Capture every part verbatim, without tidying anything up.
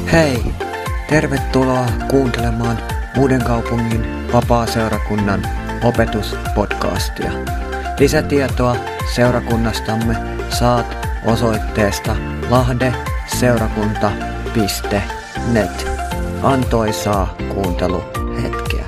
Hei! Tervetuloa kuuntelemaan Uudenkaupungin vapaa-seurakunnan opetuspodcastia. Lisätietoa seurakunnastamme saat osoitteesta lahdeseurakunta piste net. Antoisaa kuunteluhetkeä.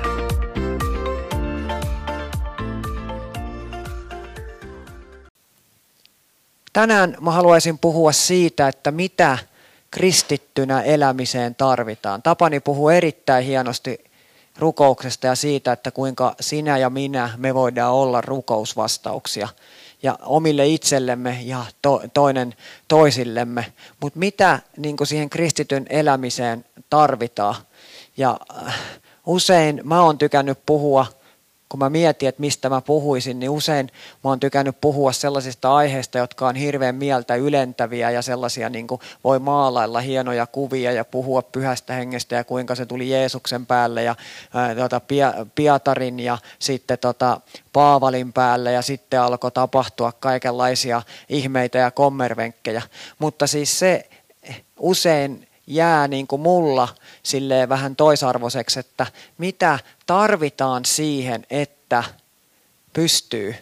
Tänään mä haluaisin puhua siitä, että mitä kristittynä elämiseen tarvitaan. Tapani puhuu erittäin hienosti rukouksesta ja siitä, että kuinka sinä ja minä me voidaan olla rukousvastauksia ja omille itsellemme ja to, toinen toisillemme. Mutta mitä niin kuin siihen kristityn elämiseen tarvitaan? Ja usein mä oon tykännyt puhua, kun mä mietin, että mistä mä puhuisin, niin usein mä oon tykännyt puhua sellaisista aiheista, jotka on hirveän mieltä ylentäviä ja sellaisia niin kuin voi maalailla hienoja kuvia ja puhua pyhästä hengestä ja kuinka se tuli Jeesuksen päälle ja ää, tota, Pietarin ja sitten tota, Paavalin päälle ja sitten alkoi tapahtua kaikenlaisia ihmeitä ja kommervenkkejä. Mutta siis se usein jää niin kuin mulla silleen vähän toisarvoiseksi, että mitä tarvitaan siihen, että pystyy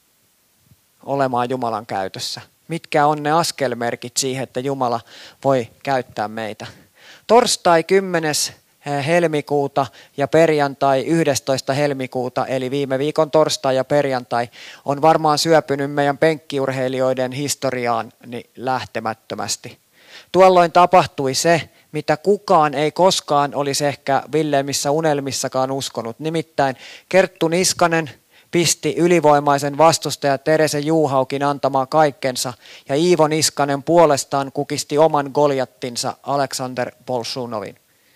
olemaan Jumalan käytössä. Mitkä on ne askelmerkit siihen, että Jumala voi käyttää meitä. Torstai kymmenes helmikuuta ja perjantai yhdestoista helmikuuta, eli viime viikon torstai ja perjantai, on varmaan syöpynyt meidän penkkiurheilijoiden historiaan niin lähtemättömästi. Tuolloin tapahtui se, mitä kukaan ei koskaan olisi ehkä villeimmissä unelmissakaan uskonut. Nimittäin Kerttu Niskanen pisti ylivoimaisen vastustaja Terese Juuhaukin antamaan kaikkensa ja Iivo Niskanen puolestaan kukisti oman Goljattinsa Aleksander Bolshunovin.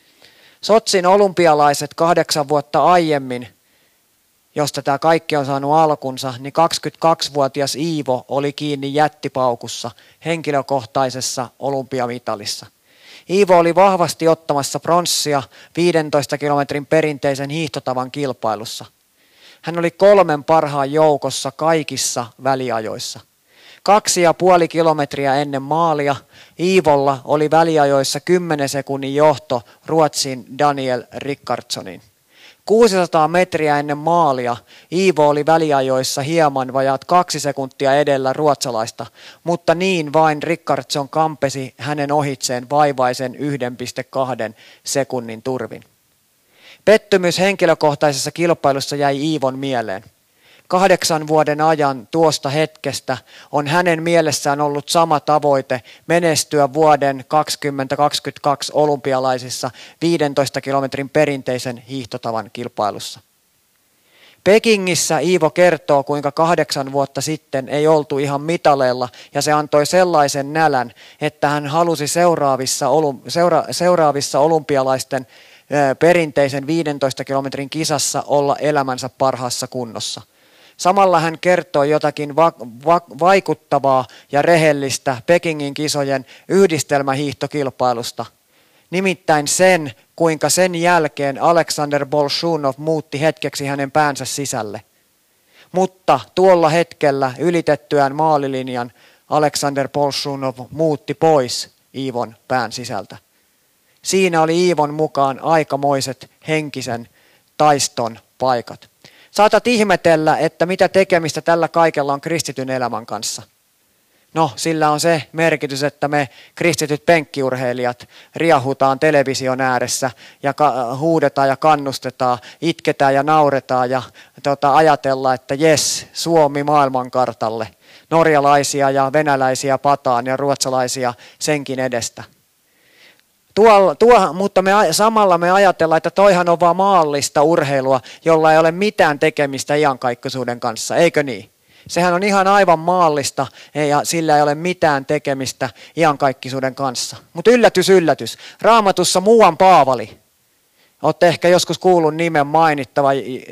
Sotsin olympialaiset kahdeksan vuotta aiemmin, josta tämä kaikki on saanut alkunsa, niin kaksikymmentäkaksivuotias Iivo oli kiinni jättipaukussa henkilökohtaisessa olympiamitalissa. Iivo oli vahvasti ottamassa pronssia viidentoista kilometrin perinteisen hiihtotavan kilpailussa. Hän oli kolmen parhaan joukossa kaikissa väliajoissa. Kaksi ja puoli kilometriä ennen maalia Iivolla oli väliajoissa kymmenen sekunnin johto Ruotsin Daniel Rickardssonin. kuusisataa metriä ennen maalia Iivo oli väliajoissa hieman vajaat kaksi sekuntia edellä ruotsalaista, mutta niin vain Rickardsson kampesi hänen ohitseen vaivaisen yksi pilkku kaksi sekunnin turvin. Pettymys henkilökohtaisessa kilpailussa jäi Iivon mieleen. Kahdeksan vuoden ajan tuosta hetkestä on hänen mielessään ollut sama tavoite menestyä vuoden kaksituhattakaksikymmentäkaksi olympialaisissa viidentoista kilometrin perinteisen hiihtotavan kilpailussa. Pekingissä Iivo kertoo, kuinka kahdeksan vuotta sitten ei oltu ihan mitaleilla ja se antoi sellaisen nälän, että hän halusi seuraavissa, seura, seuraavissa olympialaisten perinteisen viidentoista kilometrin kisassa olla elämänsä parhaassa kunnossa. Samalla hän kertoi jotakin va- va- vaikuttavaa ja rehellistä Pekingin kisojen yhdistelmähiihtokilpailusta. Nimittäin sen, kuinka sen jälkeen Aleksander Bolshunov muutti hetkeksi hänen päänsä sisälle. Mutta tuolla hetkellä ylitettyään maalilinjan Aleksander Bolshunov muutti pois Iivon pään sisältä. Siinä oli Iivon mukaan aikamoiset henkisen taiston paikat. Saatat ihmetellä, että mitä tekemistä tällä kaikella on kristityn elämän kanssa. No, sillä on se merkitys, että me kristityt penkkiurheilijat riahutaan television ääressä ja ka- huudetaan ja kannustetaan, itketään ja nauretaan ja tota, ajatellaan, että jes, Suomi maailmankartalle. Norjalaisia ja venäläisiä pataan ja ruotsalaisia senkin edestä. Tuo, tuo, mutta me, samalla me ajatellaan, että toihan on vaan maallista urheilua, jolla ei ole mitään tekemistä iankaikkisuuden kanssa, eikö niin? Sehän on ihan aivan maallista ja sillä ei ole mitään tekemistä iankaikkisuuden kanssa. Mutta yllätys, yllätys. Raamatussa muuan Paavali. Olette ehkä joskus kuullut nimen mainittava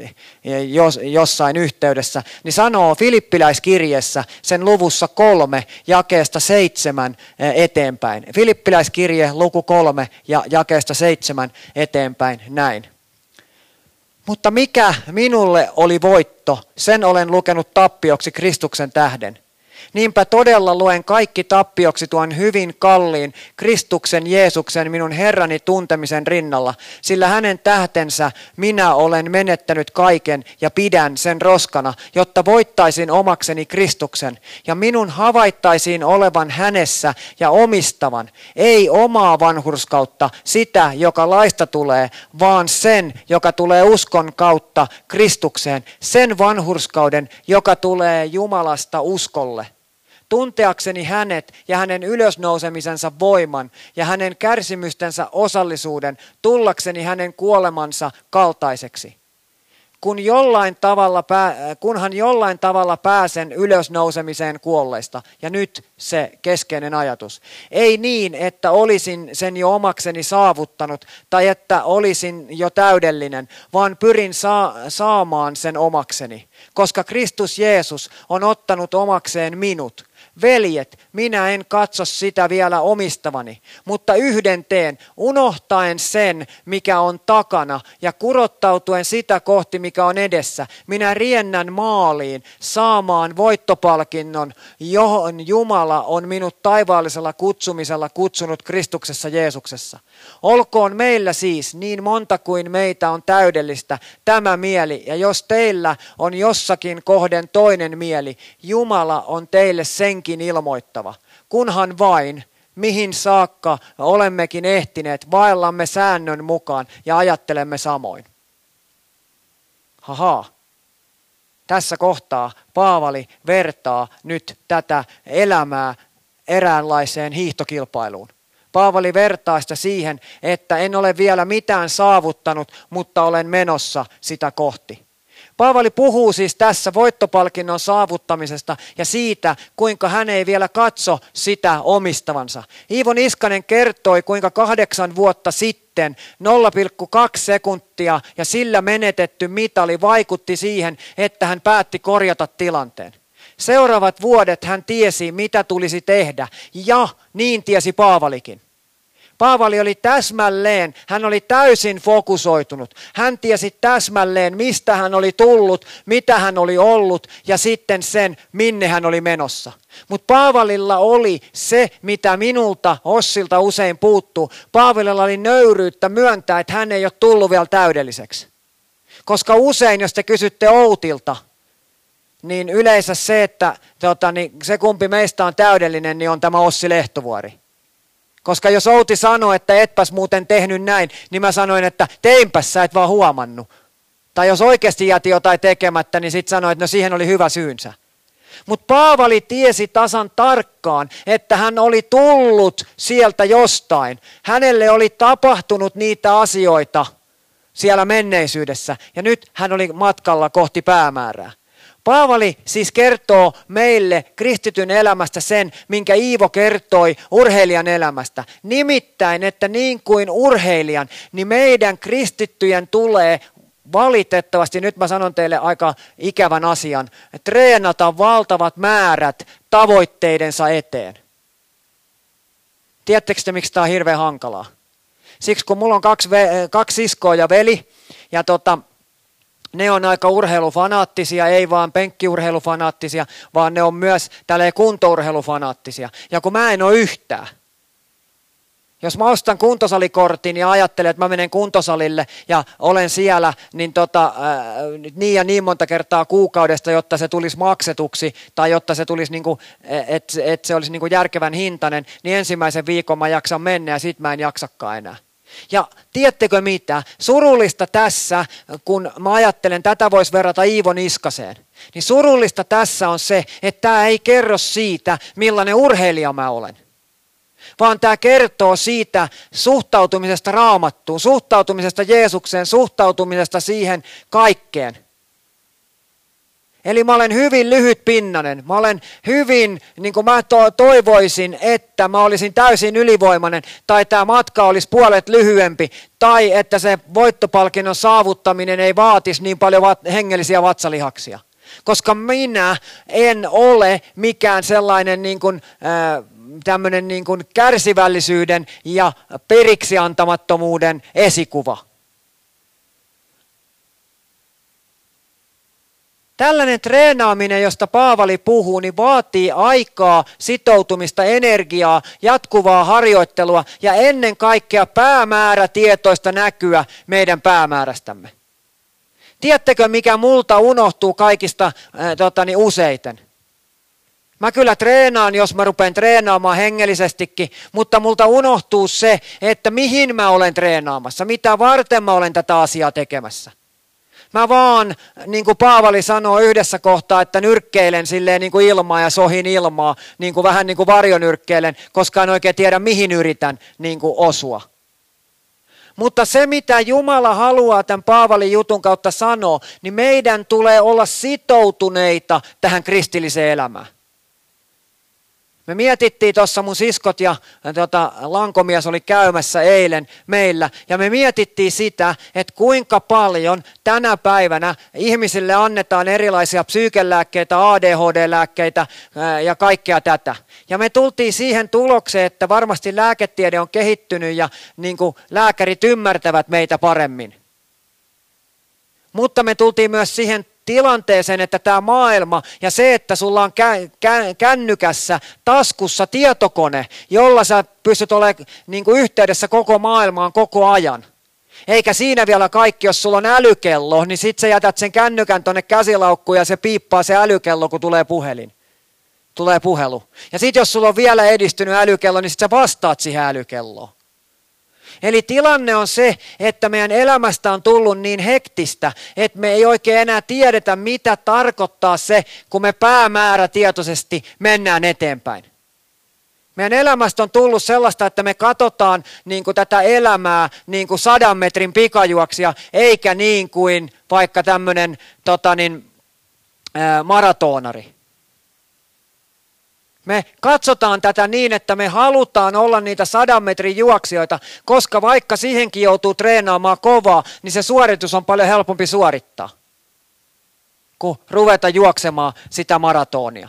jossain yhteydessä, niin sanoo Filippiläiskirjeessä sen luvussa kolme jakeesta seitsemän eteenpäin. Filippiläiskirje luku kolme ja jakeesta seitsemän eteenpäin näin. Mutta mikä minulle oli voitto, sen olen lukenut tappioksi Kristuksen tähden. Niinpä todella luen kaikki tappioksi tuon hyvin kalliin Kristuksen Jeesuksen minun Herrani tuntemisen rinnalla, sillä hänen tähtensä minä olen menettänyt kaiken ja pidän sen roskana, jotta voittaisin omakseni Kristuksen ja minun havaittaisiin olevan hänessä ja omistavan, ei omaa vanhurskautta, sitä, joka laista tulee, vaan sen, joka tulee uskon kautta Kristukseen, sen vanhurskauden, joka tulee Jumalasta uskolle. Tunteakseni hänet ja hänen ylösnousemisensa voiman ja hänen kärsimystensä osallisuuden, tullakseni hänen kuolemansa kaltaiseksi. Kun jollain tavalla, kunhan jollain tavalla pääsen ylösnousemiseen kuolleista, ja nyt se keskeinen ajatus. Ei niin, että olisin sen jo omakseni saavuttanut tai että olisin jo täydellinen, vaan pyrin saa, saamaan sen omakseni, koska Kristus Jeesus on ottanut omakseen minut. Veljet, minä en katso sitä vielä omistavani, mutta yhden teen, unohtaen sen, mikä on takana ja kurottautuen sitä kohti, mikä on edessä. Minä riennän maaliin saamaan voittopalkinnon, johon Jumala on minut taivaallisella kutsumisella kutsunut Kristuksessa Jeesuksessa. Olkoon meillä siis niin monta kuin meitä on täydellistä tämä mieli, ja jos teillä on jossakin kohden toinen mieli, Jumala on teille senkin ilmoittava. Kunhan vain, mihin saakka olemmekin ehtineet, vaellamme säännön mukaan ja ajattelemme samoin. Haha. Tässä kohtaa Paavali vertaa nyt tätä elämää eräänlaiseen hiihtokilpailuun. Paavali vertaa sitä siihen, että en ole vielä mitään saavuttanut, mutta olen menossa sitä kohti. Paavali puhuu siis tässä voittopalkinnon saavuttamisesta ja siitä, kuinka hän ei vielä katso sitä omistavansa. Iivo Niskanen kertoi, kuinka kahdeksan vuotta sitten nolla pilkku kaksi sekuntia ja sillä menetetty mitali vaikutti siihen, että hän päätti korjata tilanteen. Seuraavat vuodet hän tiesi, mitä tulisi tehdä, ja niin tiesi Paavalikin. Paavali oli täsmälleen, hän oli täysin fokusoitunut. Hän tiesi täsmälleen, mistä hän oli tullut, mitä hän oli ollut ja sitten sen, minne hän oli menossa. Mutta Paavalilla oli se, mitä minulta, Ossilta usein puuttuu. Paavalilla oli nöyryyttä myöntää, että hän ei ole tullut vielä täydelliseksi. Koska usein, jos te kysytte Outilta, niin yleensä se, että tota, niin se kumpi meistä on täydellinen, niin on tämä Ossi Lehtovuori. Koska jos Outi sanoi, että etpäs muuten tehnyt näin, niin mä sanoin, että teinpäs sä et vaan huomannut. Tai jos oikeasti jäti jotain tekemättä, niin sit sanoin, että no siihen oli hyvä syynsä. Mutta Paavali tiesi tasan tarkkaan, että hän oli tullut sieltä jostain. Hänelle oli tapahtunut niitä asioita siellä menneisyydessä ja nyt hän oli matkalla kohti päämäärää. Paavali siis kertoo meille kristityn elämästä sen, minkä Iivo kertoi urheilijan elämästä. Nimittäin, että niin kuin urheilijan, niin meidän kristittyjen tulee valitettavasti, nyt mä sanon teille aika ikävän asian, treenata valtavat määrät tavoitteidensa eteen. Tiedättekö te, miksi tämä on hirveän hankalaa? Siksi kun mulla on kaksi, kaksi siskoa ja veli, ja tota... ne on aika urheilufanaattisia, ei vaan penkkiurheilufanaattisia, vaan ne on myös tälleen kuntourheilufanaattisia. Ja kun mä en ole yhtään. Jos mä ostan kuntosalikortin ja ajattelen, että mä menen kuntosalille ja olen siellä niin, tota, ää, niin ja niin monta kertaa kuukaudesta, jotta se tulisi maksetuksi tai jotta se tulisi niin kuin, et, et se olisi niin kuin järkevän hintainen, niin ensimmäisen viikon mä jaksan mennä ja sit mä en jaksakaan enää. Ja tiedättekö mitä? Surullista tässä, kun mä ajattelen, tätä voisi verrata Iivo Niskaseen, niin surullista tässä on se, että tämä ei kerro siitä, millainen urheilija mä olen. Vaan tämä kertoo siitä suhtautumisesta Raamattuun, suhtautumisesta Jeesukseen, suhtautumisesta siihen kaikkeen. Eli mä olen hyvin lyhytpinnainen, mä olen hyvin, niin kuin mä to- toivoisin, että mä olisin täysin ylivoimainen, tai tämä matka olisi puolet lyhyempi, tai että se voittopalkinnon saavuttaminen ei vaatisi niin paljon vat- hengellisiä vatsalihaksia. Koska minä en ole mikään sellainen niin kuin, äh, tämmöinen niin kuin kärsivällisyyden ja periksiantamattomuuden esikuva. Tällainen treenaaminen, josta Paavali puhuu, niin vaatii aikaa, sitoutumista, energiaa, jatkuvaa harjoittelua ja ennen kaikkea päämäärätietoista näkyä meidän päämäärästämme. Tiedättekö, mikä multa unohtuu kaikista ää, totani, useiten? Mä kyllä treenaan, jos mä rupean treenaamaan hengellisestikin, mutta multa unohtuu se, että mihin mä olen treenaamassa, mitä varten mä olen tätä asiaa tekemässä. Mä vaan, niin kuin Paavali sanoo yhdessä kohtaa, että nyrkkeilen silleen niin kuin ilmaa ja sohin ilmaa, niin kuin vähän niin kuin varjonyrkkeilen, koska en oikein tiedä mihin yritän niin kuin osua. Mutta se, mitä Jumala haluaa tämän Paavalin jutun kautta sanoa, niin meidän tulee olla sitoutuneita tähän kristilliseen elämään. Me mietittiin tuossa, mun siskot ja tota, lankomies oli käymässä eilen meillä, ja me mietittiin sitä, että kuinka paljon tänä päivänä ihmisille annetaan erilaisia psyykelääkkeitä, A D H D-lääkkeitä ää, ja kaikkea tätä. Ja me tultiin siihen tulokseen, että varmasti lääketiede on kehittynyt ja niin kuin lääkärit ymmärtävät meitä paremmin. Mutta me tultiin myös siihen tilanteeseen, että tämä maailma ja se, että sulla on kä- kä- kännykässä, taskussa tietokone, jolla sä pystyt olemaan niin kuin yhteydessä koko maailmaan koko ajan. Eikä siinä vielä kaikki, jos sulla on älykello, niin sit sä jätät sen kännykän tonne käsilaukkuun ja se piippaa se älykello, kun tulee puhelin. Tulee puhelu. Ja sit jos sulla on vielä edistynyt älykello, niin sit sä vastaat siihen älykelloon. Eli tilanne on se, että meidän elämästä on tullut niin hektistä, että me ei oikein enää tiedetä, mitä tarkoittaa se, kun me päämäärätietoisesti mennään eteenpäin. Meidän elämästä on tullut sellaista, että me katsotaan niin kuin tätä elämää niin kuin sadan metrin pikajuoksia, eikä niin kuin vaikka tämmöinen tota niin, ää, maratonari. Me katsotaan tätä niin, että me halutaan olla niitä sadan metrin juoksijoita, koska vaikka siihenkin joutuu treenaamaan kovaa, niin se suoritus on paljon helpompi suorittaa, kuin ruveta juoksemaan sitä maratonia.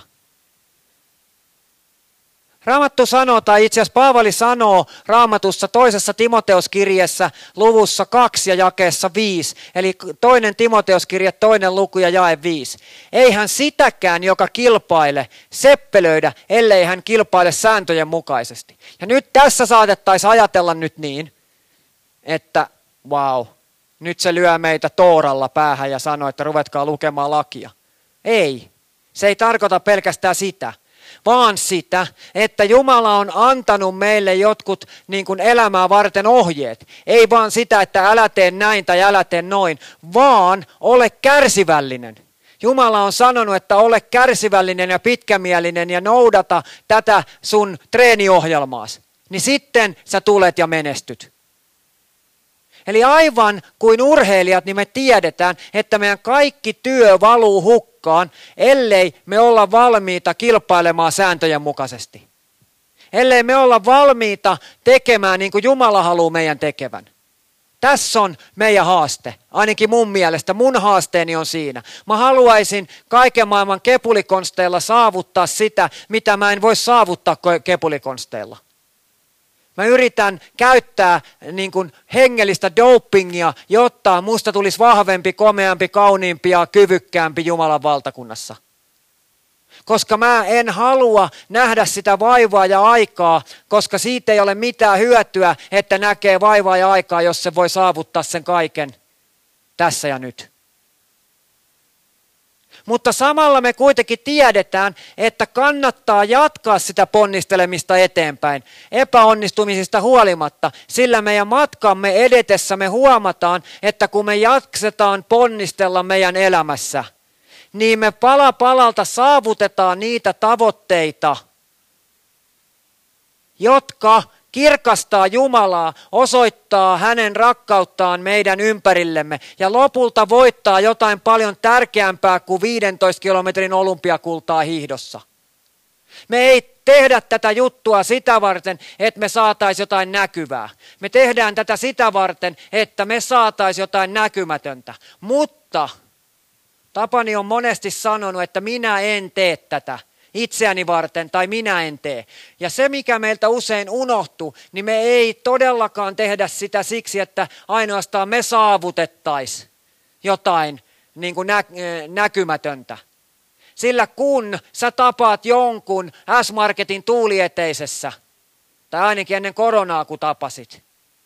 Raamattu sanoo, tai itse asiassa Paavali sanoo Raamatussa toisessa Timoteuskirjeessä luvussa kaksi ja jakeessa viisi, eli toinen Timoteuskirje, toinen luku ja jae viisi. Eihän sitäkään, joka kilpaile, seppelöidä, ellei hän kilpaile sääntöjen mukaisesti. Ja nyt tässä saatettaisiin ajatella nyt niin, että vau, nyt se lyö meitä tooralla päähän ja sanoo, että ruvetkaa lukemaan lakia. Ei, se ei tarkoita pelkästään sitä. Vaan sitä, että Jumala on antanut meille jotkut niin kuin elämää varten ohjeet. Ei vaan sitä, että älä tee näin tai älä tee noin, vaan ole kärsivällinen. Jumala on sanonut, että ole kärsivällinen ja pitkämielinen ja noudata tätä sun treeniohjelmaasi. Niin sitten sä tulet ja menestyt. Eli aivan kuin urheilijat, niin me tiedetään, että meidän kaikki työ valuu hukkaan, ellei me olla valmiita kilpailemaan sääntöjen mukaisesti. Ellei me olla valmiita tekemään niin kuin Jumala haluaa meidän tekevän. Tässä on meidän haaste, ainakin mun mielestä. Mun haasteeni on siinä. Mä haluaisin kaiken maailman kepulikonsteilla saavuttaa sitä, mitä mä en voi saavuttaa kepulikonsteilla. Mä yritän käyttää niin kuin hengellistä dopingia, jotta musta tulisi vahvempi, komeampi, kauniimpi ja kyvykkäämpi Jumalan valtakunnassa. Koska mä en halua nähdä sitä vaivaa ja aikaa, koska siitä ei ole mitään hyötyä, että näkee vaivaa ja aikaa, jos se voi saavuttaa sen kaiken tässä ja nyt. Mutta samalla me kuitenkin tiedetään, että kannattaa jatkaa sitä ponnistelemista eteenpäin, epäonnistumisista huolimatta, sillä meidän matkamme edetessä me huomataan, että kun me jaksetaan ponnistella meidän elämässä, niin me pala palalta saavutetaan niitä tavoitteita, jotka kirkastaa Jumalaa, osoittaa hänen rakkauttaan meidän ympärillemme ja lopulta voittaa jotain paljon tärkeämpää kuin viidentoista kilometrin olympiakultaa hiihdossa. Me ei tehdä tätä juttua sitä varten, että me saataisiin jotain näkyvää. Me tehdään tätä sitä varten, että me saataisiin jotain näkymätöntä. Mutta Tapani on monesti sanonut, että minä en tee tätä itseäni varten tai minä en tee. Ja se, mikä meiltä usein unohtuu, niin me ei todellakaan tehdä sitä siksi, että ainoastaan me saavutettaisiin jotain niin kuin nä- näkymätöntä. Sillä kun sä tapaat jonkun S-Marketin tuulieteisessä, tai ainakin ennen koronaa kun tapasit,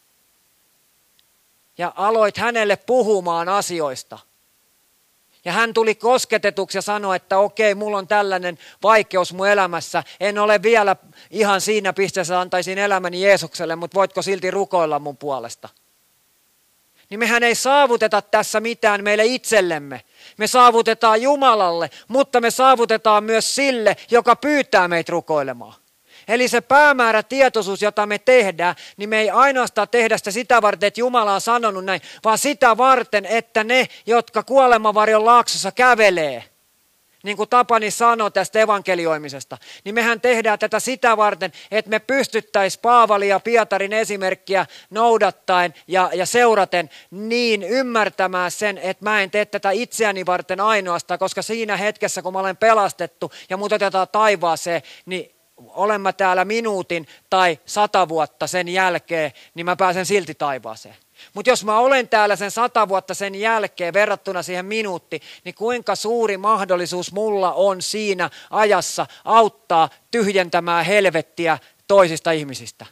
ja aloit hänelle puhumaan asioista, ja hän tuli kosketetuksi ja sanoi, että okei, mulla on tällainen vaikeus mun elämässä, en ole vielä ihan siinä pisteessä, antaisin elämäni Jeesukselle, mutta voitko silti rukoilla mun puolesta? Niin mehän ei saavuteta tässä mitään meille itsellemme. Me saavutetaan Jumalalle, mutta me saavutetaan myös sille, joka pyytää meitä rukoilemaan. Eli se päämäärätietoisuus, jota me tehdään, niin me ei ainoastaan tehdä sitä sitä varten, että Jumala on sanonut näin, vaan sitä varten, että ne, jotka kuolemanvarjon laaksossa kävelee, niin kuin Tapani sanoi tästä evankelioimisesta, niin mehän tehdään tätä sitä varten, että me pystyttäisiin Paavalin ja Pietarin esimerkkiä noudattaen ja, ja seuraten niin ymmärtämään sen, että mä en tee tätä itseäni varten ainoastaan, koska siinä hetkessä, kun mä olen pelastettu ja mut otetaan taivaaseen, niin olen mä täällä minuutin tai sata vuotta sen jälkeen, niin mä pääsen silti taivaaseen. Mutta jos mä olen täällä sen sata vuotta sen jälkeen verrattuna siihen minuutti, niin kuinka suuri mahdollisuus mulla on siinä ajassa auttaa tyhjentämään helvettiä toisista ihmisistä?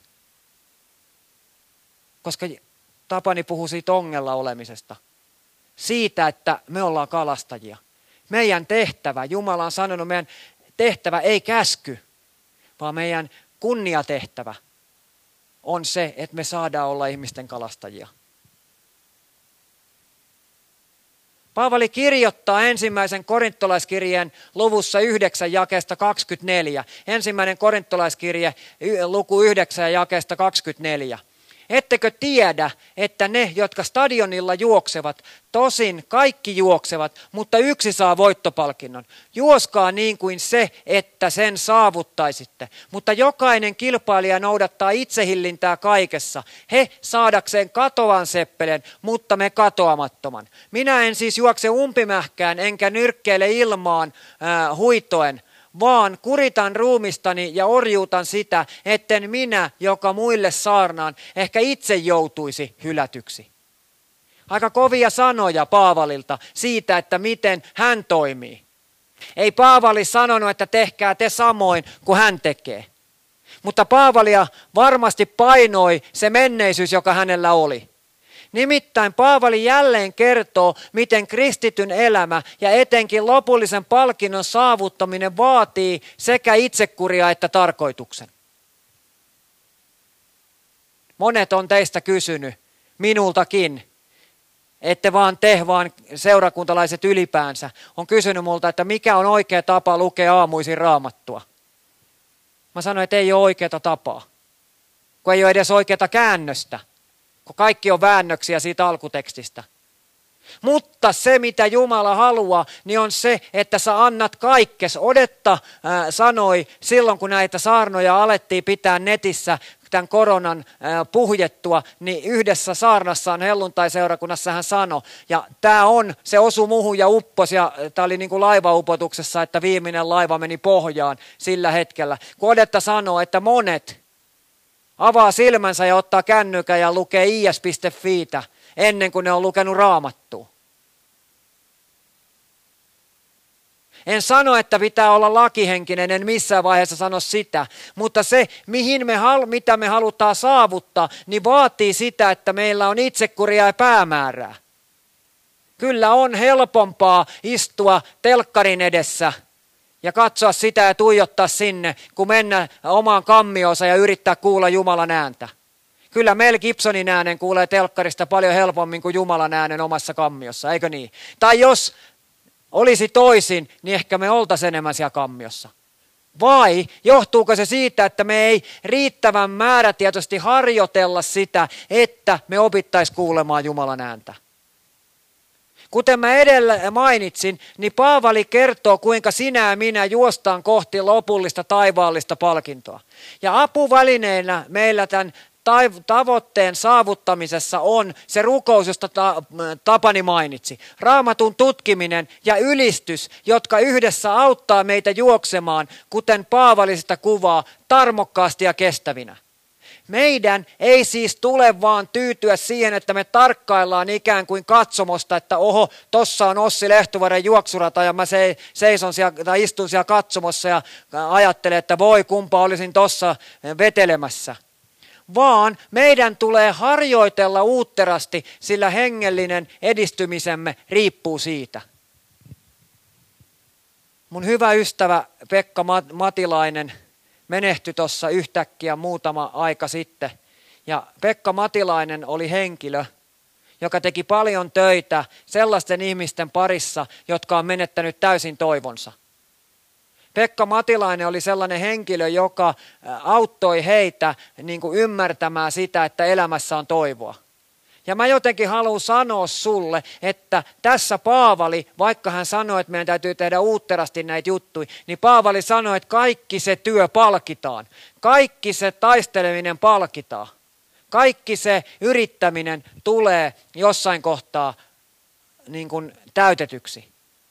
Koska Tapani puhui siitä ongella olemisesta. Siitä, että me ollaan kalastajia. Meidän tehtävä, Jumala on sanonut, meidän tehtävä ei käsky, vaan meidän kunniatehtävä on se, että me saadaan olla ihmisten kalastajia. Paavali kirjoittaa ensimmäisen korintolaiskirjeen luvussa yhdeksän jakeesta kaksikymmentäneljä. Ensimmäinen korintolaiskirje luku yhdeksän jakeesta kaksikymmentäneljä. Ettekö tiedä, että ne, jotka stadionilla juoksevat, tosin kaikki juoksevat, mutta yksi saa voittopalkinnon. Juoskaa niin kuin se, että sen saavuttaisitte. Mutta jokainen kilpailija noudattaa itsehillintää kaikessa. He saadakseen katoavan seppelen, mutta me katoamattoman. Minä en siis juokse umpimähkään enkä nyrkkeile ilmaan äh, huitoen, vaan kuritan ruumistani ja orjuutan sitä, etten minä, joka muille saarnaan, ehkä itse joutuisi hylätyksi. Aika kovia sanoja Paavalilta siitä, että miten hän toimii. Ei Paavali sanonut, että tehkää te samoin kuin hän tekee. Mutta Paavalia varmasti painoi se menneisyys, joka hänellä oli. Nimittäin Paavali jälleen kertoo, miten kristityn elämä ja etenkin lopullisen palkinnon saavuttaminen vaatii sekä itsekuria että tarkoituksen. Monet on teistä kysynyt, minultakin, ette vaan te, vaan seurakuntalaiset ylipäänsä, on kysynyt multa, että mikä on oikea tapa lukea aamuisin Raamattua. Mä sanoin, että ei ole oikeaa tapaa, kun ei ole edes oikeaa käännöstä. Kun kaikki on väännöksiä siitä alkutekstistä. Mutta se, mitä Jumala haluaa, niin on se, että sä annat kaikkes. Odetta äh, sanoi silloin, kun näitä saarnoja alettiin pitää netissä tämän koronan äh, puhjettua, niin yhdessä saarnassaan helluntai-seurakunnassa hän sanoi. Ja tämä on, se osui muuhun ja upposi, ja tämä oli niin kuin laivaupotuksessa, että viimeinen laiva meni pohjaan sillä hetkellä. Kun Odetta sanoo, että monet avaa silmänsä ja ottaa kännykän ja lukee i s piste fiitä ennen kuin ne on lukenut Raamattua. En sano, että pitää olla lakihenkinen, en missään vaiheessa sano sitä, mutta se, mihin me, mitä me halutaan saavuttaa, niin vaatii sitä, että meillä on itsekuria ja päämäärää. Kyllä on helpompaa istua telkkarin edessä ja katsoa sitä ja tuijottaa sinne, kun mennä omaan kammioonsa ja yrittää kuulla Jumalan ääntä. Kyllä Mel Gibsonin äänen kuulee telkkarista paljon helpommin kuin Jumalan äänen omassa kammiossa, eikö niin? Tai jos olisi toisin, niin ehkä me oltaisiin enemmän siellä kammiossa. Vai johtuuko se siitä, että me ei riittävän määrätietoisesti harjoitella sitä, että me opittaisiin kuulemaan Jumalan ääntä? Kuten mä edellä mainitsin, niin Paavali kertoo, kuinka sinä ja minä juostaan kohti lopullista taivaallista palkintoa. Ja apuvälineenä meillä tämän tavoitteen saavuttamisessa on se rukous, josta Tapani mainitsi. Raamatun tutkiminen ja ylistys, jotka yhdessä auttaa meitä juoksemaan, kuten Paavali sitä kuvaa, tarmokkaasti ja kestävinä. Meidän ei siis tule vaan tyytyä siihen, että me tarkkaillaan ikään kuin katsomosta, että oho, tossa on Ossi Lehtovaaren juoksurata ja mä seison siellä, tai istun siellä katsomossa ja ajattelen, että voi kumpa olisin tossa vetelemässä. Vaan meidän tulee harjoitella uutterasti, sillä hengellinen edistymisemme riippuu siitä. Mun hyvä ystävä Pekka Matilainen menehtyi tuossa yhtäkkiä muutama aika sitten. Ja Pekka Matilainen oli henkilö, joka teki paljon töitä sellaisten ihmisten parissa, jotka on menettänyt täysin toivonsa. Pekka Matilainen oli sellainen henkilö, joka auttoi heitä niin kuin ymmärtämään sitä, että elämässä on toivoa. Ja mä jotenkin haluan sanoa sulle, että tässä Paavali, vaikka hän sanoi, että meidän täytyy tehdä uutterasti näitä juttuja, niin Paavali sanoi, että kaikki se työ palkitaan. Kaikki se taisteleminen palkitaan. Kaikki se yrittäminen tulee jossain kohtaa niin kuin täytetyksi.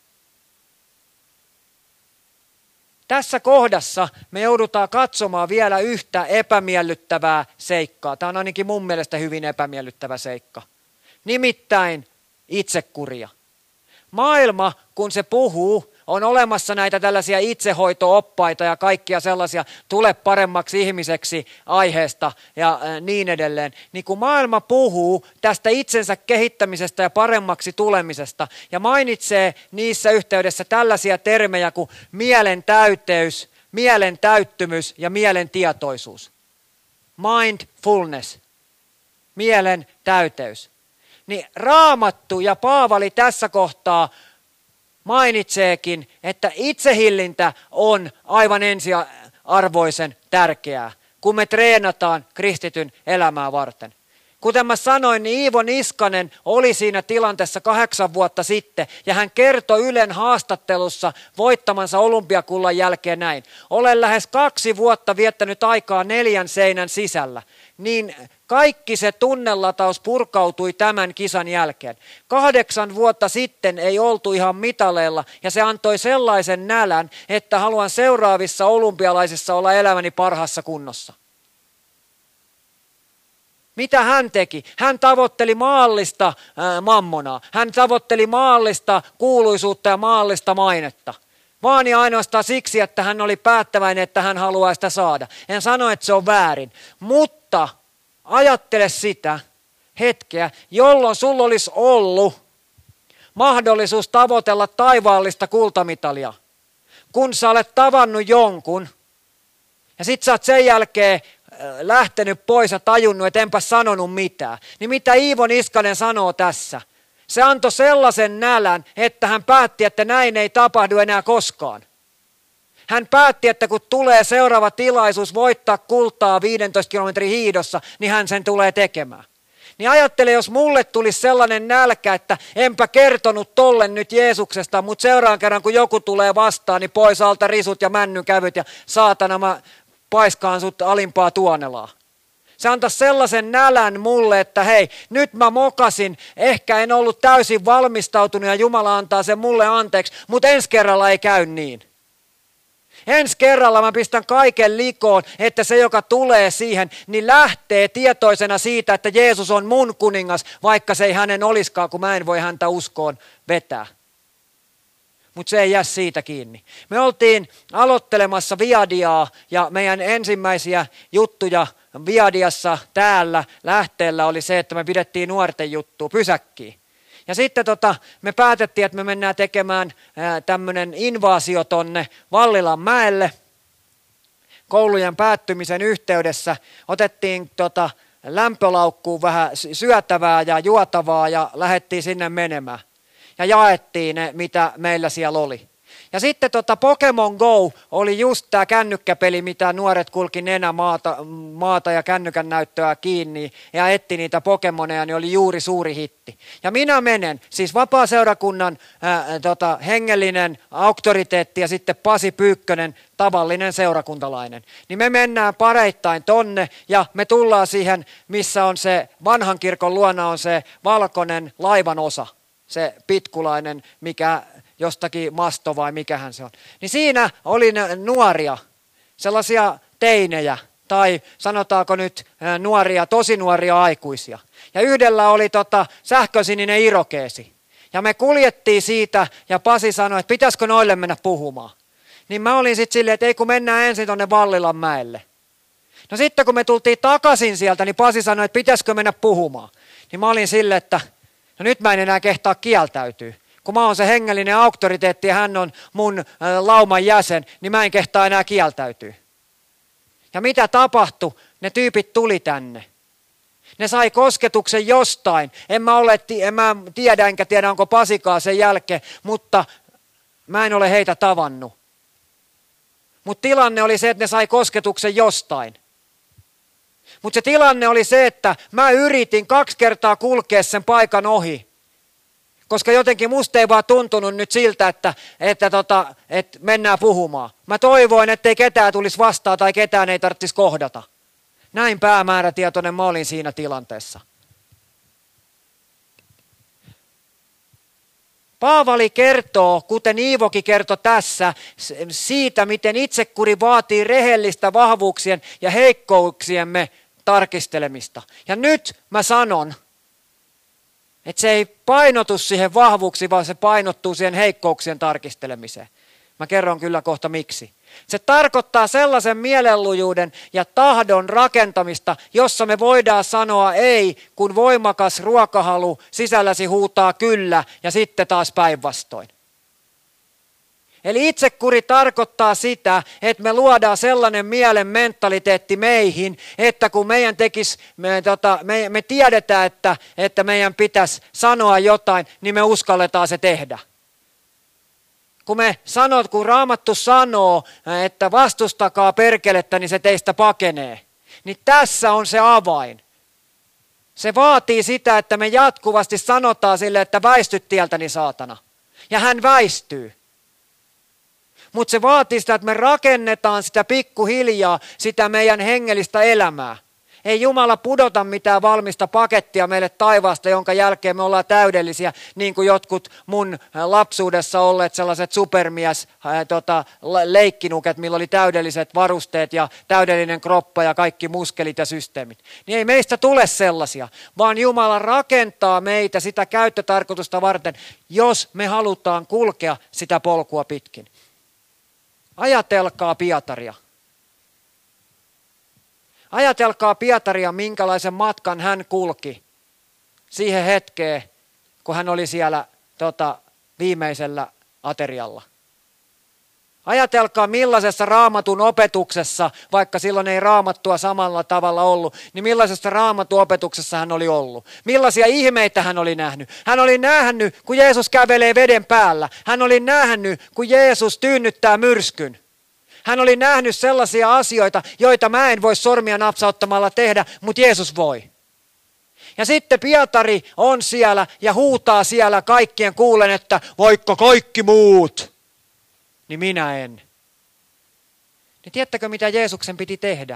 Tässä kohdassa me joudutaan katsomaan vielä yhtä epämiellyttävää seikkaa. Tämä on ainakin mun mielestä hyvin epämiellyttävä seikka. Nimittäin itsekuria. Maailma, kun se puhuu, on olemassa näitä tällaisia itsehoito-oppaita ja kaikkia sellaisia tule paremmaksi ihmiseksi aiheesta ja niin edelleen. Niin kun maailma puhuu tästä itsensä kehittämisestä ja paremmaksi tulemisesta ja mainitsee niissä yhteydessä tällaisia termejä kuin mielen täyteys, mielen täyttymys ja mielen tietoisuus. Mindfulness, mielen täyteys. Niin Raamattu ja Paavali tässä kohtaa mainitseekin, että itsehillintä on aivan ensiarvoisen tärkeää, kun me treenataan kristityn elämää varten. Kuten mä sanoin, niin Iivo Niskanen oli siinä tilanteessa kahdeksan vuotta sitten, ja hän kertoi Ylen haastattelussa voittamansa olympiakullan jälkeen näin. Olen lähes kaksi vuotta viettänyt aikaa neljän seinän sisällä, niin kaikki se tunnelataus purkautui tämän kisan jälkeen. Kahdeksan vuotta sitten ei oltu ihan mitaleilla, ja se antoi sellaisen nälän, että haluan seuraavissa olympialaisissa olla elämäni parhaassa kunnossa. Mitä hän teki? Hän tavoitteli maallista ää, mammonaa. Hän tavoitteli maallista kuuluisuutta ja maallista mainetta. Vaan ja ainoastaan siksi, että hän oli päättäväinen, että hän haluaa sitä saada. En sano, että se on väärin. Mutta ajattele sitä hetkeä, jolloin sulla olisi ollut mahdollisuus tavoitella taivaallista kultamitalia. Kun sä olet tavannut jonkun ja sit sä oot sen jälkeen lähtenyt pois ja tajunnut, että enpä sanonut mitään. Niin mitä Iivo Niskanen sanoo tässä? Se antoi sellaisen nälän, että hän päätti, että näin ei tapahdu enää koskaan. Hän päätti, että kun tulee seuraava tilaisuus voittaa kultaa viidentoista kilometrin hiidossa, niin hän sen tulee tekemään. Niin ajattele, jos mulle tulisi sellainen nälkä, että enpä kertonut tolle nyt Jeesuksesta, mutta seuraavan kerran kun joku tulee vastaan, niin pois alta risut ja männykävyt ja saatana mä paiskaan sut alimpaa tuonelaa. Se antaisi sellaisen nälän mulle, että hei, nyt mä mokasin, ehkä en ollut täysin valmistautunut ja Jumala antaa sen mulle anteeksi, mutta ensi kerralla ei käy niin. Ensi kerralla mä pistän kaiken likoon, että se, joka tulee siihen, niin lähtee tietoisena siitä, että Jeesus on mun kuningas, vaikka se ei hänen olisikaan, kun mä en voi häntä uskoon vetää. Mutta se ei jää siitä kiinni. Me oltiin aloittelemassa Viadiaa ja meidän ensimmäisiä juttuja Viadiassa täällä lähteellä oli se, että me pidettiin nuorten juttua pysäkkiin. Ja sitten tota, me päätettiin, että me mennään tekemään tämmöinen invaasio tonne Vallilan mäelle. Koulujen päättymisen yhteydessä otettiin tota, lämpölaukkuun vähän syötävää ja juotavaa ja lähdettiin sinne menemään. Ja jaettiin ne, mitä meillä siellä oli. Ja sitten tota Pokemon Go oli just tämä kännykkäpeli, mitä nuoret kulki nenä maata, maata ja kännykän näyttöä kiinni ja etti niitä Pokemoneja, niin oli juuri suuri hitti. Ja minä menen, siis vapaaseurakunnan ää, tota, hengellinen auktoriteetti ja sitten Pasi Pyykkönen, tavallinen seurakuntalainen. Niin me mennään pareittain tonne ja me tullaan siihen, missä on se vanhan kirkon luona on se valkoinen laivan osa. Se pitkulainen, mikä jostakin masto vai mikähän se on. Niin siinä oli nuoria, sellaisia teinejä, tai sanotaanko nyt nuoria, tosi nuoria aikuisia. Ja yhdellä oli tota sähkösininen irokeesi. Ja me kuljettiin siitä ja Pasi sanoi, että pitäisikö noille mennä puhumaan. Niin mä olin sitten silleen, että ei kun mennään ensin tuonne Vallilanmäelle. No sitten kun me tultiin takaisin sieltä, niin Pasi sanoi, että pitäisikö mennä puhumaan. Niin mä olin silleen, että no nyt mä en enää kehtaa kieltäytyä. Kun mä oon se hengellinen auktoriteetti ja hän on mun lauman jäsen, niin mä en kehtaa enää kieltäytyä. Ja mitä tapahtui? Ne tyypit tuli tänne. Ne sai kosketuksen jostain. En mä, ole, en mä tiedä, enkä tiedä onko Pasikaa sen jälkeen, mutta mä en ole heitä tavannut. Mutta tilanne oli se, että ne sai kosketuksen jostain. Mutta se tilanne oli se, että mä yritin kaksi kertaa kulkea sen paikan ohi. Koska jotenkin musta ei vaan tuntunut nyt siltä, että, että, tota, että mennään puhumaan. Mä toivoin, ettei ketään tulisi vastaan tai ketään ei tarvitsisi kohdata. Näin päämäärätietoinen mä olin siinä tilanteessa. Paavali kertoo, kuten Iivokin kertoi tässä, siitä, miten itsekuri vaatii rehellistä vahvuuksien ja heikkouksiemme tarkistelemista. Ja nyt mä sanon, että se ei painotu siihen vahvuuksiin, vaan se painottuu siihen heikkouksien tarkistelemiseen. Mä kerron kyllä kohta miksi. Se tarkoittaa sellaisen mielenlujuuden ja tahdon rakentamista, jossa me voidaan sanoa ei, kun voimakas ruokahalu sisälläsi huutaa kyllä ja sitten taas päinvastoin. Eli itsekuri tarkoittaa sitä, että me luodaan sellainen mielen mentaliteetti meihin, että kun meidän tekis, me, tota, me, me tiedetään, että, että meidän pitäisi sanoa jotain, niin me uskalletaan se tehdä. Kun me sanot, kun Raamattu sanoo, että vastustakaa perkelettä, niin se teistä pakenee. Niin tässä on se avain. Se vaatii sitä, että me jatkuvasti sanotaan sille, että väisty tieltäni saatana. Ja hän väistyy. Mutta se vaatii sitä, että me rakennetaan sitä pikkuhiljaa, sitä meidän hengellistä elämää. Ei Jumala pudota mitään valmista pakettia meille taivaasta, jonka jälkeen me ollaan täydellisiä, niin kuin jotkut mun lapsuudessa olleet sellaiset supermies ää, tota, leikkinuket, millä oli täydelliset varusteet ja täydellinen kroppa ja kaikki muskelit ja systeemit. Niin ei meistä tule sellaisia, vaan Jumala rakentaa meitä sitä käyttötarkoitusta varten, jos me halutaan kulkea sitä polkua pitkin. Ajatelkaa Pietaria. Ajatelkaa Pietaria, minkälaisen matkan hän kulki siihen hetkeen, kun hän oli siellä tota, viimeisellä aterialla. Ajatelkaa millaisessa Raamatun opetuksessa, vaikka silloin ei Raamattua samalla tavalla ollut, niin millaisessa Raamatun opetuksessa hän oli ollut. Millaisia ihmeitä hän oli nähnyt. Hän oli nähnyt, kun Jeesus kävelee veden päällä. Hän oli nähnyt, kun Jeesus tyynnyttää myrskyn. Hän oli nähnyt sellaisia asioita, joita mä en voi sormia napsauttamalla tehdä, mutta Jeesus voi. Ja sitten Pietari on siellä ja huutaa siellä kaikkien kuulen, että vaikka kaikki muut, niin minä en. Niin tiedättekö, mitä Jeesuksen piti tehdä?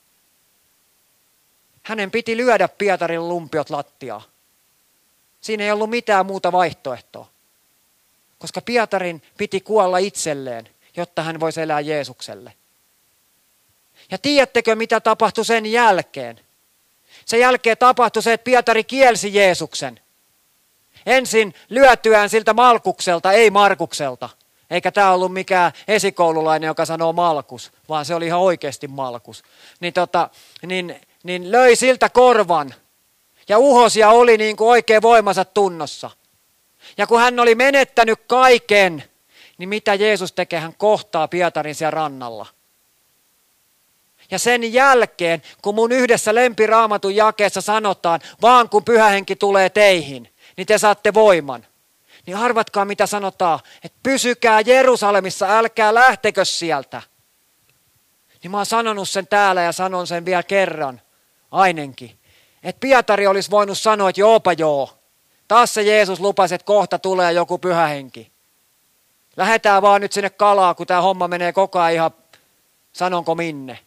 Hänen piti lyödä Pietarin lumpiot lattiaan. Siinä ei ollut mitään muuta vaihtoehtoa. Koska Pietarin piti kuolla itselleen, jotta hän voisi elää Jeesukselle. Ja tiedättekö, mitä tapahtui sen jälkeen? Sen jälkeen tapahtui se, että Pietari kielsi Jeesuksen. Ensin lyötyään siltä Malkukselta, ei Markukselta. Eikä tämä ollut mikään esikoululainen, joka sanoo Malkus, vaan se oli ihan oikeasti Malkus. Niin, tota, niin, niin löi siltä korvan ja uhosia oli niin kuin oikein voimansa tunnossa. Ja kun hän oli menettänyt kaiken, niin mitä Jeesus tekee? Hän kohtaa Pietarin siellä rannalla. Ja sen jälkeen, kun mun yhdessä lempiraamatun jakeessa sanotaan, vaan kun Pyhä Henki tulee teihin, niin te saatte voiman. Niin arvatkaa mitä sanotaan, että pysykää Jerusalemissa, älkää lähtekö sieltä. Niin mä oon sanonut sen täällä ja sanon sen vielä kerran, ainakin. Että Pietari olisi voinut sanoa, että joopa joo. Taas se Jeesus lupasi, että kohta tulee joku Pyhä Henki. Lähdetään vaan nyt sinne kalaa, kun tämä homma menee koko ajan ihan, sanonko minne.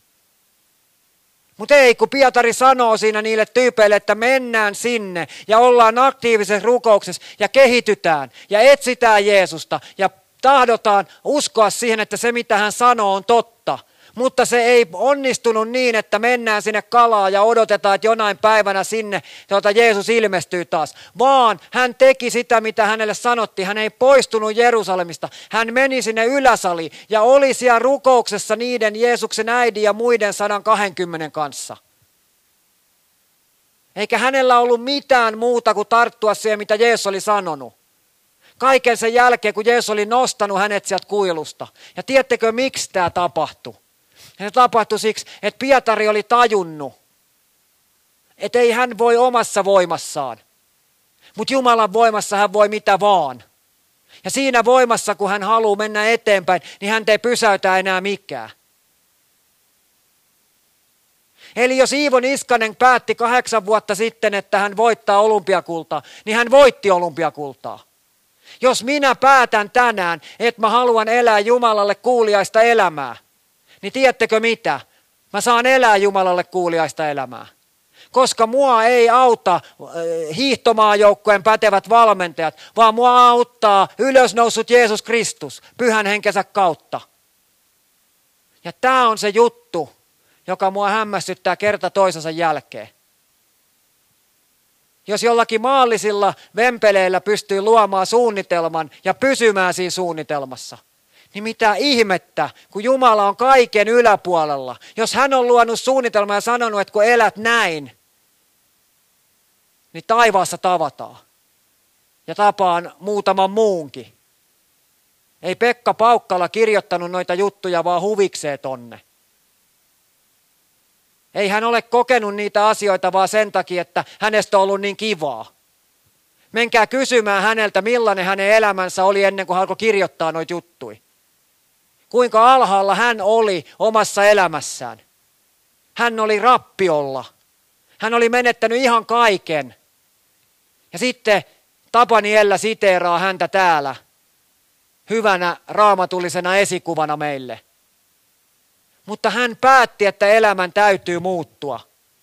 Mutta ei, kun Pietari sanoo siinä niille tyypeille, että mennään sinne ja ollaan aktiivisessa rukouksessa ja kehitytään ja etsitään Jeesusta ja tahdotaan uskoa siihen, että se mitä hän sanoo on totta. Mutta se ei onnistunut niin, että mennään sinne Kalaan ja odotetaan, että jonain päivänä sinne tuota Jeesus ilmestyy taas. Vaan hän teki sitä, mitä hänelle sanottiin. Hän ei poistunut Jerusalemista. Hän meni sinne yläsaliin ja oli siellä rukouksessa niiden Jeesuksen äidin ja muiden sata kaksikymmentä kanssa. Eikä hänellä ollut mitään muuta kuin tarttua siihen, mitä Jeesus oli sanonut. Kaiken sen jälkeen, kun Jeesus oli nostanut hänet sieltä kuilusta. Ja tiedättekö, miksi tämä tapahtui? Se tapahtui siksi, että Pietari oli tajunnut, että ei hän voi omassa voimassaan. Mutta Jumalan voimassa hän voi mitä vaan. Ja siinä voimassa, kun hän haluaa mennä eteenpäin, niin hän ei pysäytä enää mikään. Eli jos Iivo Niskanen päätti kahdeksan vuotta sitten, että hän voittaa olympiakultaa, niin hän voitti olympiakultaa. Jos minä päätän tänään, että mä haluan elää Jumalalle kuuliaista elämää, niin tiedättekö mitä? Mä saan elää Jumalalle kuuliaista elämää. Koska mua ei auta hiihtomaajoukkueen pätevät valmentajat, vaan mua auttaa ylösnoussut Jeesus Kristus pyhän henkensä kautta. Ja tämä on se juttu, joka mua hämmästyttää kerta toisensa jälkeen. Jos jollakin maallisilla vempeleillä pystyy luomaan suunnitelman ja pysymään siinä suunnitelmassa, niin mitä ihmettä, kun Jumala on kaiken yläpuolella. Jos hän on luonut suunnitelman ja sanonut, että kun elät näin, niin taivaassa tavataan. Ja tapaan muutaman muunkin. Ei Pekka Paukkala kirjoittanut noita juttuja vaan huvikseen tonne. Ei hän ole kokenut niitä asioita vaan sen takia, että hänestä on ollut niin kivaa. Menkää kysymään häneltä, millainen hänen elämänsä oli ennen kuin hän alkoi kirjoittaa noita juttuja. Kuinka alhaalla hän oli omassa elämässään. Hän oli rappiolla. Hän oli menettänyt ihan kaiken. Ja sitten Tapani Ella siteeraa häntä täällä hyvänä raamatullisena esikuvana meille. Mutta hän päätti, että elämän täytyy muuttua.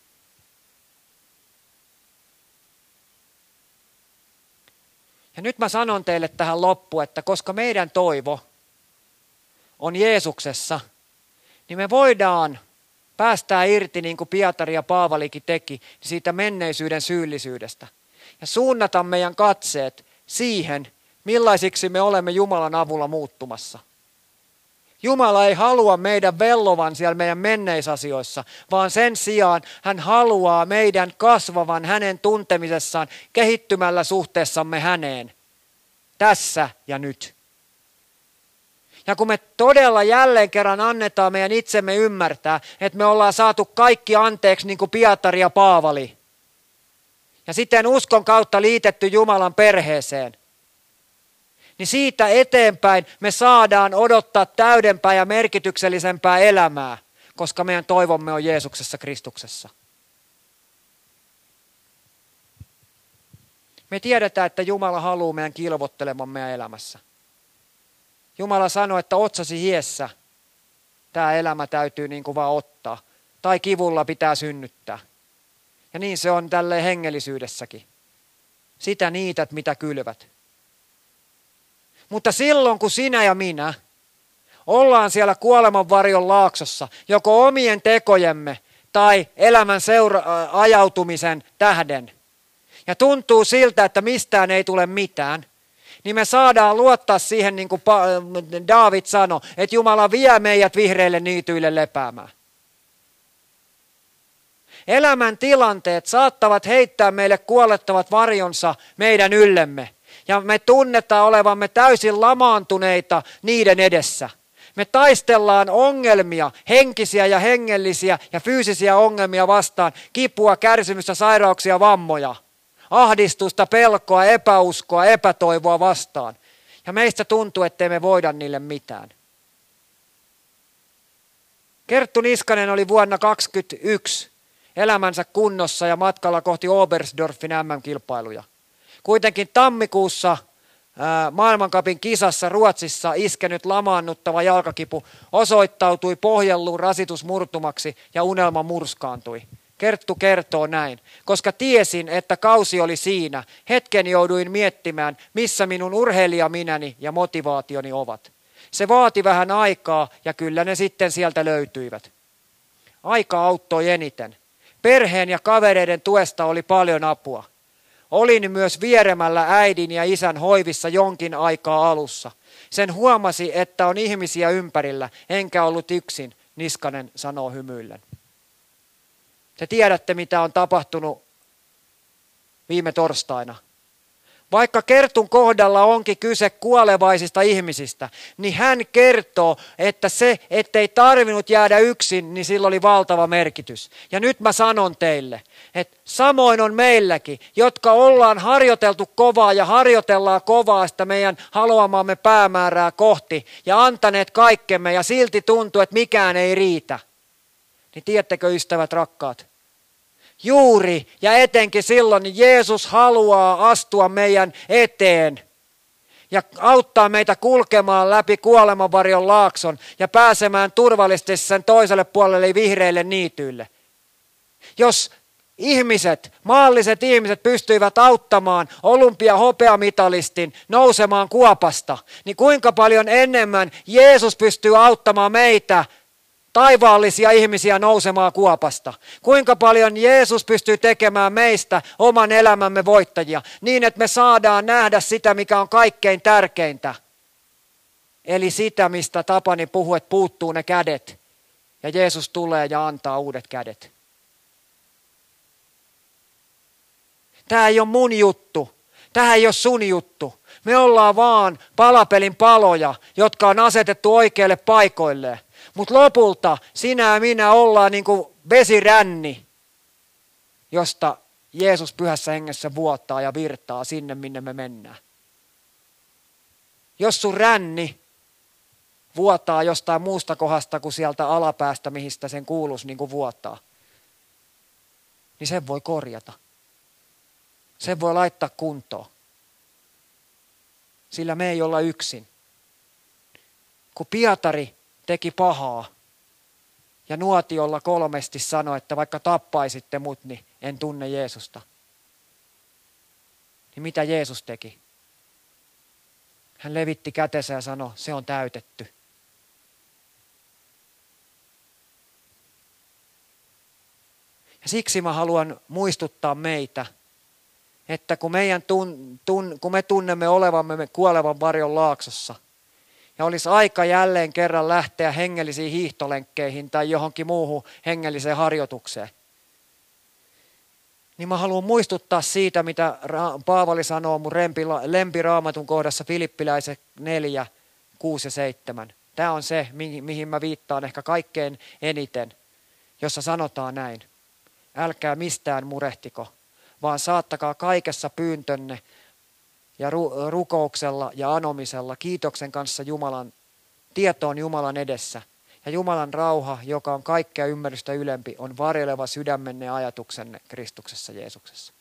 Ja nyt mä sanon teille tähän loppuun, että koska meidän toivo on Jeesuksessa, niin me voidaan päästää irti, niin kuin Pietari ja Paavalikin teki, siitä menneisyyden syyllisyydestä. Ja suunnata meidän katseet siihen, millaisiksi me olemme Jumalan avulla muuttumassa. Jumala ei halua meidän vellovan siellä meidän menneisasioissa, vaan sen sijaan hän haluaa meidän kasvavan hänen tuntemisessaan kehittymällä suhteessamme häneen. Tässä ja nyt. Ja kun me todella jälleen kerran annetaan meidän itsemme ymmärtää, että me ollaan saatu kaikki anteeksi niin kuin Pietari ja Paavali. Ja siten uskon kautta liitetty Jumalan perheeseen. Niin siitä eteenpäin me saadaan odottaa täydempää ja merkityksellisempää elämää, koska meidän toivomme on Jeesuksessa Kristuksessa. Me tiedetään, että Jumala haluaa meidän kilvottelemaan meidän elämässä. Jumala sanoi, että otsasi hiessä tämä elämä täytyy niin kuin vaan ottaa. Tai kivulla pitää synnyttää. Ja niin se on tälleen hengellisyydessäkin. Sitä niität, mitä kylvät. Mutta silloin, kun sinä ja minä ollaan siellä kuolemanvarjon laaksossa, joko omien tekojemme tai elämän seura- ajautumisen tähden, ja tuntuu siltä, että mistään ei tule mitään, niin me saadaan luottaa siihen, niin kuin Daavid sanoi, että Jumala vie meidät vihreille niityille lepäämään. Elämän tilanteet saattavat heittää meille kuolettavat varjonsa meidän yllemme. Ja me tunnetaan olevamme täysin lamaantuneita niiden edessä. Me taistellaan ongelmia, henkisiä ja hengellisiä ja fyysisiä ongelmia vastaan, kipua, kärsimystä, sairauksia, vammoja, ahdistusta, pelkoa, epäuskoa, epätoivoa vastaan. Ja meistä tuntuu, ettei me voida niille mitään. Kerttu Niskanen oli vuonna kaksikymmentäyksi elämänsä kunnossa ja matkalla kohti Oberstdorfin äm äm-kilpailuja. Kuitenkin tammikuussa ää, maailmancupin kisassa Ruotsissa iskenyt lamaannuttava jalkakipu osoittautui pohjelluun rasitusmurtumaksi ja unelma murskaantui. Kerttu kertoo näin, koska tiesin, että kausi oli siinä, hetken jouduin miettimään, missä minun urheilijaminäni ja motivaationi ovat. Se vaati vähän aikaa ja kyllä ne sitten sieltä löytyivät. Aika auttoi eniten. Perheen ja kavereiden tuesta oli paljon apua. Olin myös vieremällä äidin ja isän hoivissa jonkin aikaa alussa. Sen huomasi, että on ihmisiä ympärillä, enkä ollut yksin, Niskanen sanoo hymyillen. Te tiedätte, mitä on tapahtunut viime torstaina. Vaikka Kertun kohdalla onkin kyse kuolevaisista ihmisistä, niin hän kertoo, että se, ettei tarvinnut jäädä yksin, niin sillä oli valtava merkitys. Ja nyt mä sanon teille, että samoin on meilläkin, jotka ollaan harjoiteltu kovaa ja harjoitellaan kovaa sitä meidän haluamaamme päämäärää kohti ja antaneet kaikkemme ja silti tuntuu, että mikään ei riitä. Niin tiedättekö, ystävät rakkaat? Juuri ja etenkin silloin niin Jeesus haluaa astua meidän eteen ja auttaa meitä kulkemaan läpi kuolemanvarjon laakson ja pääsemään turvallisesti sen toiselle puolelle vihreille niityille. Jos ihmiset, maalliset ihmiset pystyivät auttamaan olympia hopeamitalistin nousemaan kuopasta, niin kuinka paljon enemmän Jeesus pystyy auttamaan meitä taivaallisia ihmisiä nousemaan kuopasta. Kuinka paljon Jeesus pystyy tekemään meistä oman elämämme voittajia niin, että me saadaan nähdä sitä, mikä on kaikkein tärkeintä. Eli sitä, mistä Tapani puhui, että puuttuu ne kädet. Ja Jeesus tulee ja antaa uudet kädet. Tämä ei ole mun juttu. Tämä ei ole sun juttu. Me ollaan vaan palapelin paloja, jotka on asetettu oikeille paikoilleen. Mutta lopulta sinä ja minä ollaan niin kuin vesiränni, josta Jeesus pyhässä hengessä vuottaa ja virtaa sinne, minne me mennään. Jos sun ränni vuotaa jostain muusta kohdasta kuin sieltä alapäästä, mihin sitä sen kuuluisi niin kuin vuotaa, niin sen voi korjata. Sen voi laittaa kuntoon. Sillä me ei olla yksin. Kun Pietari teki pahaa ja nuotiolla kolmesti sanoi, että vaikka tappaisitte mut, niin en tunne Jeesusta. Niin mitä Jeesus teki? Hän levitti kätensä ja sanoi, se on täytetty. Ja siksi mä haluan muistuttaa meitä, että kun, meidän tun, tun, kun me tunnemme olevamme kuolevan varjon laaksossa, ja olisi aika jälleen kerran lähteä hengellisiin hiihtolenkkeihin tai johonkin muuhun hengelliseen harjoitukseen, niin mä haluan muistuttaa siitä, mitä Paavali sanoo mun lempiraamatun kohdassa Filippiläiset neljä, kuusi ja seitsemän. Tämä on se, mihin mä viittaan ehkä kaikkein eniten, jossa sanotaan näin. Älkää mistään murehtiko, vaan saattakaa kaikessa pyyntönne ja ru- rukouksella ja anomisella kiitoksen kanssa Jumalan, tietoon Jumalan edessä. Ja Jumalan rauha, joka on kaikkea ymmärrystä ylempi, on varjeleva sydämenne ja ajatuksenne Kristuksessa Jeesuksessa.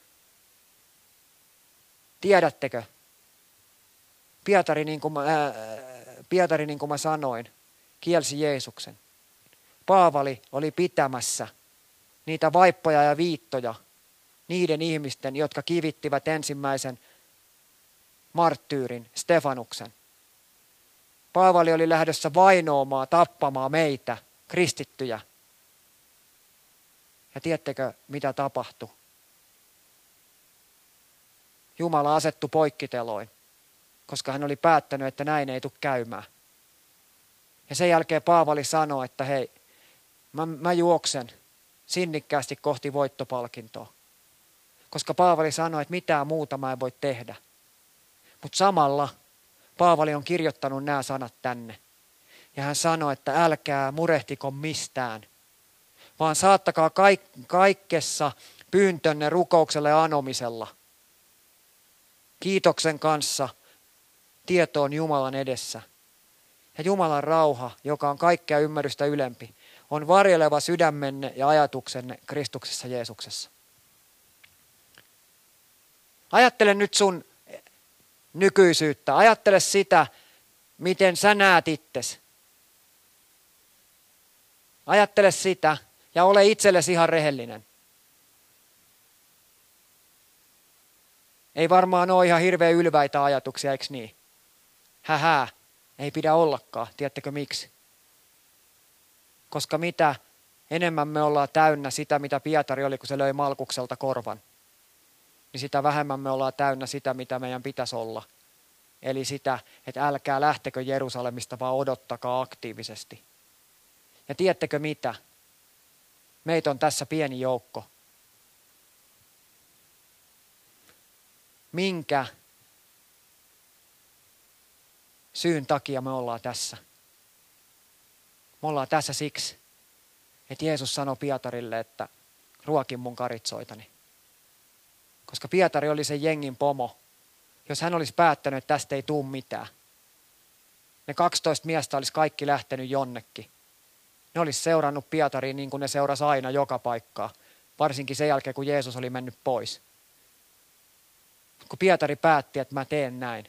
Tiedättekö? Pietari, niin kuin mä, ää, Pietari, niin kuin mä sanoin, kielsi Jeesuksen. Paavali oli pitämässä niitä vaippoja ja viittoja niiden ihmisten, jotka kivittivät ensimmäisen marttyyrin, Stefanuksen. Paavali oli lähdössä vainoamaan, tappamaan meitä, kristittyjä. Ja tiedättekö, mitä tapahtui? Jumala asettui poikkiteloin, koska hän oli päättänyt, että näin ei tule käymään. Ja sen jälkeen Paavali sanoi, että hei, mä, mä juoksen sinnikkäästi kohti voittopalkintoa. Koska Paavali sanoi, että mitään muuta mä en voi tehdä. Mutta samalla Paavali on kirjoittanut nämä sanat tänne. Ja hän sanoi, että älkää murehtiko mistään, vaan saattakaa kaik- kaikessa pyyntönne rukouksella ja anomisella. Kiitoksen kanssa tietoon Jumalan edessä. Ja Jumalan rauha, joka on kaikkea ymmärrystä ylempi, on varjeleva sydämenne ja ajatuksenne Kristuksessa Jeesuksessa. Ajattele nyt sun nykyisyyttä. Ajattele sitä, miten sä näet itsesi. Ajattele sitä ja ole itsellesi ihan rehellinen. Ei varmaan ole ihan hirveän ylväitä ajatuksia, eikö niin? Hähää. Ei pidä ollakaan. Tiedättekö miksi? Koska mitä enemmän me ollaan täynnä sitä, mitä Pietari oli, kun se löi Malkukselta korvan, niin sitä vähemmän me ollaan täynnä sitä, mitä meidän pitäisi olla. Eli sitä, että älkää lähtekö Jerusalemista, vaan odottakaa aktiivisesti. Ja tiedättekö mitä? Meitä on tässä pieni joukko. Minkä syyn takia me ollaan tässä? Me ollaan tässä siksi, että Jeesus sanoi Pietarille, että ruokin mun karitsoitani. Koska Pietari oli se jengin pomo. Jos hän olisi päättänyt, että tästä ei tule mitään. Ne kaksitoista miestä olisi kaikki lähtenyt jonnekin. Ne olisi seurannut Pietariin niin kuin ne seurasi aina joka paikkaa. Varsinkin sen jälkeen, kun Jeesus oli mennyt pois. Kun Pietari päätti, että mä teen näin.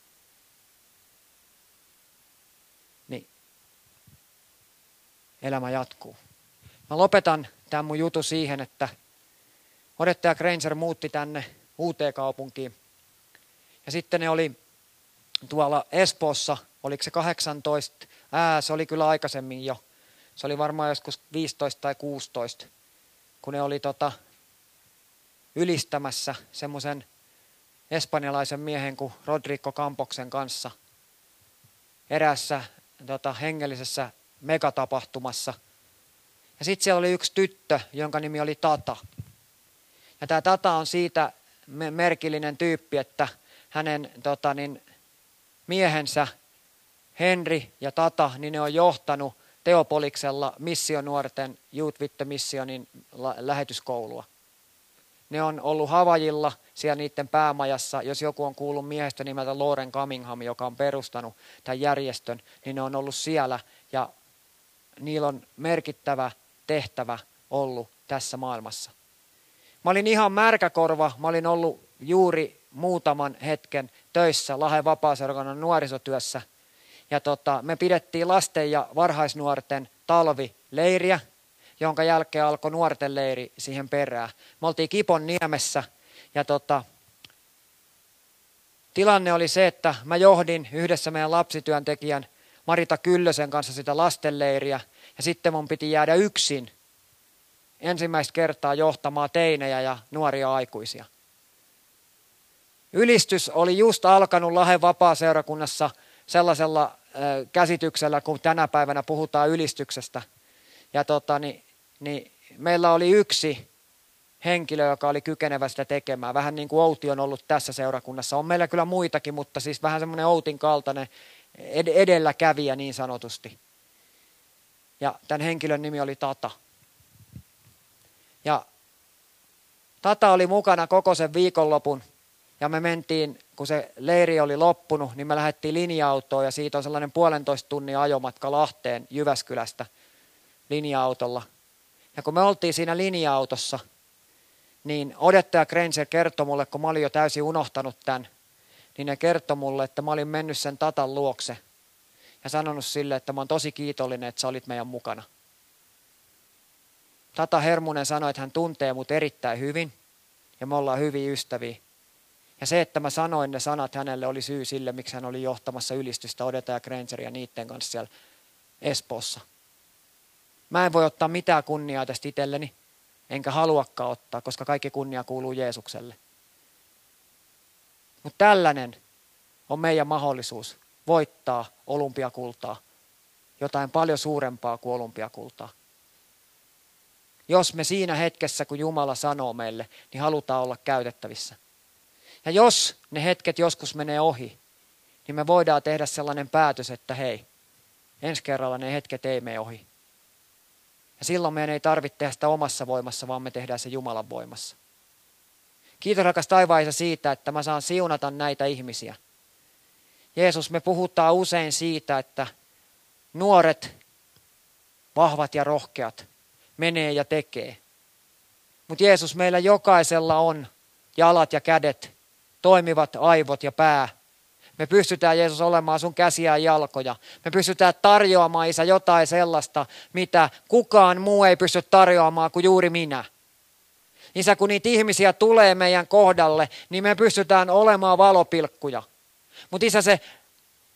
Niin elämä jatkuu. Mä lopetan tämän mun jutun siihen, että odottaja Granger muutti tänne Uuteenkaupunkiin. Ja sitten ne oli tuolla Espoossa, oliko se kahdeksantoista, ää se oli kyllä aikaisemmin jo. Se oli varmaan joskus viisitoista tai kuusitoista, kun ne oli tota, ylistämässä semmoisen espanjalaisen miehen kuin Rodrigo Campoksen kanssa eräässä tota, hengellisessä megatapahtumassa. Ja sitten siellä oli yksi tyttö, jonka nimi oli Tata. Ja tämä Tata on siitä merkillinen tyyppi, että hänen tota, niin, miehensä Henry ja Tata, niin ne on johtanut Teopoliksella missionuorten Youth with the Missionin lähetyskoulua. Ne on ollut Havajilla siellä niiden päämajassa. Jos joku on kuullut miehestä nimeltä Loren Cunningham, joka on perustanut tämän järjestön, niin ne on ollut siellä ja niillä on merkittävä tehtävä ollut tässä maailmassa. Mä olin ihan märkäkorva. Mä olin ollut juuri muutaman hetken töissä Lahden vapaaseurakunnan nuorisotyössä. Ja tota, me pidettiin lasten ja varhaisnuorten talvileiriä, jonka jälkeen alkoi nuorten leiri siihen perään. Me oltiin Kipon niemessä ja tota, tilanne oli se, että mä johdin yhdessä meidän lapsityöntekijän Marita Kyllösen kanssa sitä lastenleiriä ja sitten mun piti jäädä yksin ensimmäistä kertaa johtamaan teinejä ja nuoria aikuisia. Ylistys oli just alkanut Lahden vapaaseurakunnassa sellaisella käsityksellä, kun tänä päivänä puhutaan ylistyksestä. Ja tota, niin, niin meillä oli yksi henkilö, joka oli kykenevä sitä tekemään. Vähän niin kuin Outi on ollut tässä seurakunnassa. On meillä kyllä muitakin, mutta siis vähän semmoinen Outin kaltainen edelläkävijä niin sanotusti. Ja tämän henkilön nimi oli Tata. Ja Tata oli mukana koko sen viikonlopun. Ja me mentiin, kun se leiri oli loppunut, niin me lähdettiin linja-autoon ja siitä on sellainen puolentoista tunnin ajomatka Lahteen Jyväskylästä linja-autolla. Ja kun me oltiin siinä linja-autossa, niin odottaja Granger kertoi mulle, kun mä olin jo täysin unohtanut tämän, niin ne kertoi mulle, että mä olin mennyt sen Tatan luokse ja sanonut sille, että mä oon tosi kiitollinen, että sä olit meidän mukana. Tata Hermunen sanoi, että hän tuntee mut erittäin hyvin ja me ollaan hyviä ystäviä. Ja se, että mä sanoin ne sanat hänelle, oli syy sille, miksi hän oli johtamassa ylistystä odottaja Grangeria niiden kanssa siellä Espoossa. Mä en voi ottaa mitään kunniaa tästä itselleni, enkä haluakaan ottaa, koska kaikki kunnia kuuluu Jeesukselle. Mutta tällainen on meidän mahdollisuus voittaa olympiakultaa, jotain paljon suurempaa kuin olympiakultaa. Jos me siinä hetkessä, kun Jumala sanoo meille, niin halutaan olla käytettävissä. Ja jos ne hetket joskus menee ohi, niin me voidaan tehdä sellainen päätös, että hei, ensi kerralla ne hetket ei mene ohi. Ja silloin meidän ei tarvitse tehdä sitä omassa voimassa, vaan me tehdään se Jumalan voimassa. Kiitos rakas taivaan Isä siitä, että mä saan siunata näitä ihmisiä. Jeesus, me puhutaan usein siitä, että nuoret, vahvat ja rohkeat menee ja tekee. Mutta Jeesus, meillä jokaisella on jalat ja kädet, toimivat aivot ja pää. Me pystytään, Jeesus, olemaan sun käsiä ja jalkoja. Me pystytään tarjoamaan, Isä, jotain sellaista, mitä kukaan muu ei pysty tarjoamaan kuin juuri minä. Isä, kun niitä ihmisiä tulee meidän kohdalle, niin me pystytään olemaan valopilkkuja. Mutta Isä, se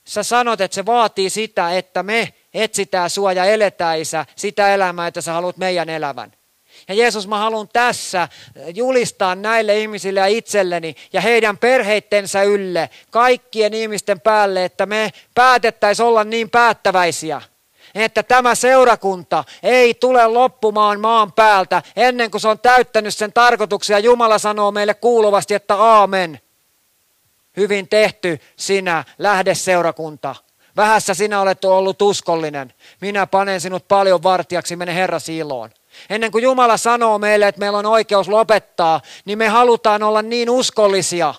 sä sanot, että se vaatii sitä, että me etsitään sua ja eletään, Isä, sitä elämää, että sä haluat meidän elävän. Ja Jeesus, mä haluan tässä julistaa näille ihmisille ja itselleni ja heidän perheittensä ylle, kaikkien ihmisten päälle, että me päätettäisiin olla niin päättäväisiä, että tämä seurakunta ei tule loppumaan maan päältä ennen kuin se on täyttänyt sen tarkoituksia. Jumala sanoo meille kuuluvasti, että aamen. Hyvin tehty sinä, lähde seurakunta. Vähässä sinä olet ollut uskollinen. Minä panen sinut paljon vartijaksi, mene Herrasi iloon. Ennen kuin Jumala sanoo meille, että meillä on oikeus lopettaa, niin me halutaan olla niin uskollisia.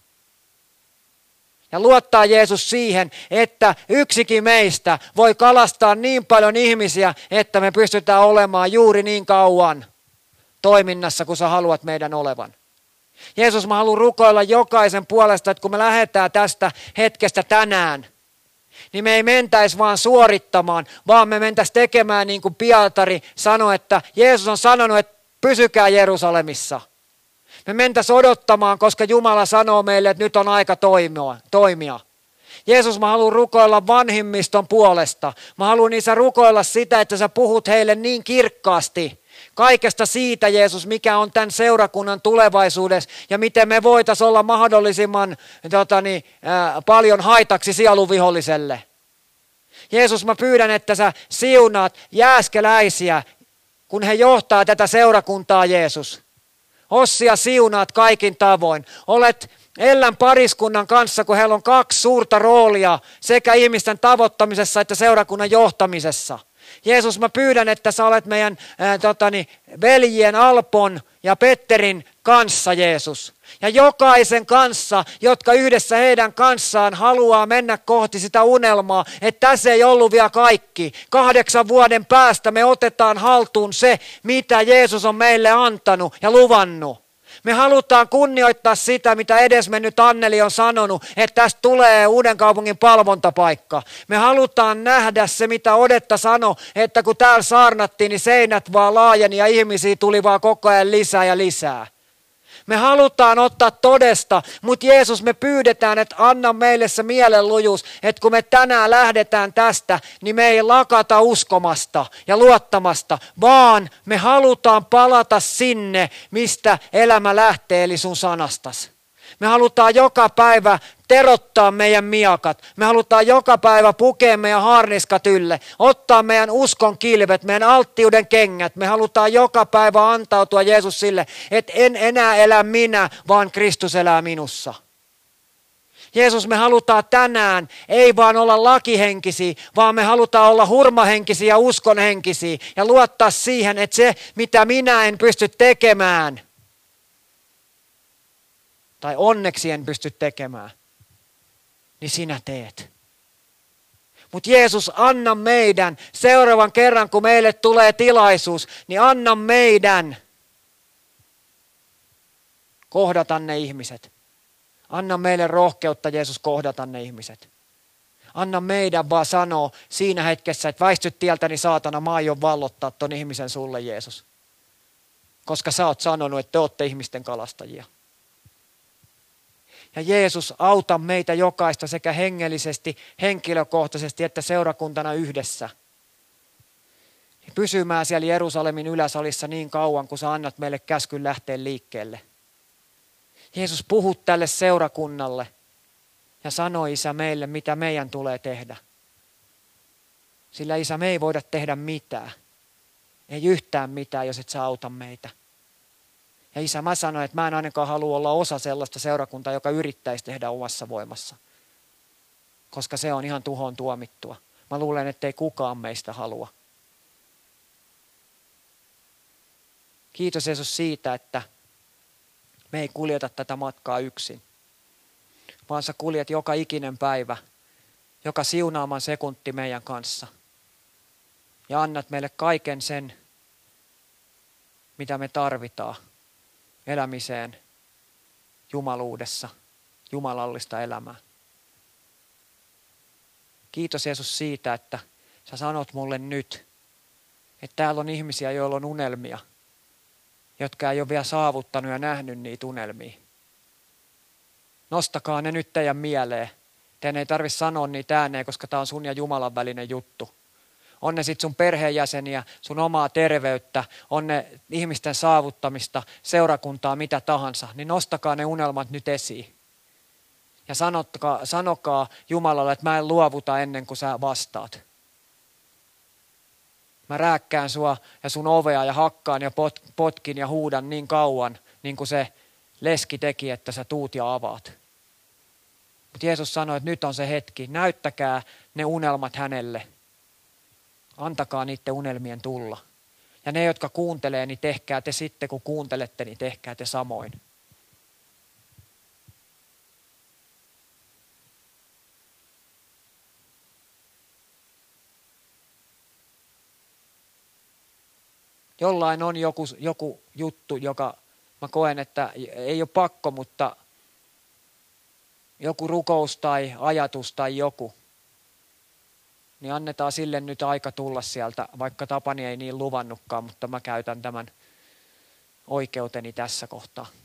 Ja luottaa Jeesus siihen, että yksikin meistä voi kalastaa niin paljon ihmisiä, että me pystytään olemaan juuri niin kauan toiminnassa, kun sä haluat meidän olevan. Jeesus, mä haluan rukoilla jokaisen puolesta, että kun me lähdetään tästä hetkestä tänään, niin me ei mentäisi vaan suorittamaan, vaan me mentäisi tekemään niin kuin Pietari sanoi, että Jeesus on sanonut, että pysykää Jerusalemissa. Me mentäisiin odottamaan, koska Jumala sanoo meille, että nyt on aika toimia. Jeesus, mä haluan rukoilla vanhimmiston puolesta. Mä haluan Isä rukoilla sitä, että sä puhut heille niin kirkkaasti kaikesta siitä, Jeesus, mikä on tämän seurakunnan tulevaisuudessa ja miten me voitaisiin olla mahdollisimman totani, ää, paljon haitaksi sieluviholliselle. Jeesus, mä pyydän, että sä siunaat jääskeläisiä, kun he johtaa tätä seurakuntaa, Jeesus. Ossia siunaat kaikin tavoin. Olet Ellän pariskunnan kanssa, kun heillä on kaksi suurta roolia sekä ihmisten tavoittamisessa että seurakunnan johtamisessa. Jeesus, mä pyydän, että sä olet meidän ää, totani, veljien Alpon ja Petterin kanssa, Jeesus. Ja jokaisen kanssa, jotka yhdessä heidän kanssaan haluaa mennä kohti sitä unelmaa, että tässä ei ollut vielä kaikki. Kahdeksan vuoden päästä me otetaan haltuun se, mitä Jeesus on meille antanut ja luvannut. Me halutaan kunnioittaa sitä, mitä edesmennyt Anneli on sanonut, että tästä tulee Uudenkaupungin palvontapaikka. Me halutaan nähdä se, mitä Odetta sanoi, että kun täällä saarnattiin, niin seinät vaan laajeni ja ihmisiä tuli vaan koko ajan lisää ja lisää. Me halutaan ottaa todesta, mutta Jeesus, me pyydetään, että anna meille se mielenlujuus, että kun me tänään lähdetään tästä, niin me ei lakata uskomasta ja luottamasta, vaan me halutaan palata sinne, mistä elämä lähtee, eli sun sanastas. Me halutaan joka päivä terottaa meidän miakat. Me halutaan joka päivä pukea meidän harniskat ylle, ottaa meidän uskon kilvet, meidän alttiuden kengät. Me halutaan joka päivä antautua Jeesus sille, että en enää elä minä, vaan Kristus elää minussa. Jeesus, me halutaan tänään ei vaan olla lakihenkisiä, vaan me halutaan olla hurmahenkisiä ja uskonhenkisiä ja luottaa siihen, että se, mitä minä en pysty tekemään, tai onneksi en pysty tekemään, niin sinä teet. Mutta Jeesus, anna meidän seuraavan kerran, kun meille tulee tilaisuus, niin anna meidän kohdata ne ihmiset. Anna meille rohkeutta, Jeesus, kohdata ne ihmiset. Anna meidän vaan sanoa siinä hetkessä, että väisty tieltäni saatana, mä aion vallottaa ton ihmisen sulle, Jeesus. Koska sä oot sanonut, että te ootte ihmisten kalastajia. Ja Jeesus, auta meitä jokaista sekä hengellisesti, henkilökohtaisesti että seurakuntana yhdessä. Pysymään siellä Jerusalemin yläsalissa niin kauan, kun sä annat meille käskyn lähteä liikkeelle. Jeesus, puhu tälle seurakunnalle ja sano, Isä, meille, mitä meidän tulee tehdä. Sillä, Isä, me ei voida tehdä mitään. Ei yhtään mitään, jos et sä auta meitä. Ja Isä, mä sanoin, että mä en ainakaan halua olla osa sellaista seurakuntaa, joka yrittäisi tehdä omassa voimassa. Koska se on ihan tuhoon tuomittua. Mä luulen, että ei kukaan meistä halua. Kiitos Jeesus siitä, että me ei kuljeta tätä matkaa yksin. Vaan sä kuljet joka ikinen päivä, joka siunaaman sekunti meidän kanssa. Ja annat meille kaiken sen, mitä me tarvitaan elämiseen jumaluudessa, jumalallista elämää. Kiitos Jeesus siitä, että sä sanot mulle nyt, että täällä on ihmisiä, joilla on unelmia, jotka ei ole vielä saavuttanut ja nähnyt niitä unelmia. Nostakaa ne nyt teidän mieleen Teidän ei tarvitse sanoa niitä ääneen, koska tämä on sun ja Jumalan välinen juttu. On ne sitten sun perheenjäseniä, sun omaa terveyttä, on ne ihmisten saavuttamista, seurakuntaa, mitä tahansa, niin nostakaa ne unelmat nyt esiin. Ja sanokaa, sanokaa Jumalalle, että mä en luovuta ennen kuin sä vastaat. Mä rääkkään sua ja sun ovea ja hakkaan ja pot, potkin ja huudan niin kauan, niin kuin se leski teki, että sä tuut ja avaat. Mutta Jeesus sanoi, että nyt on se hetki. Näyttäkää ne unelmat hänelle. Antakaa niiden unelmien tulla. Ja ne, jotka kuuntelee, niin tehkää te sitten, kun kuuntelette, niin tehkää te samoin. Jollain on joku, joku juttu, joka mä koen, että ei ole pakko, mutta joku rukous tai ajatus tai joku, niin annetaan sille nyt aika tulla sieltä, vaikka Tapani ei niin luvannutkaan, mutta mä käytän tämän oikeuteni tässä kohtaa.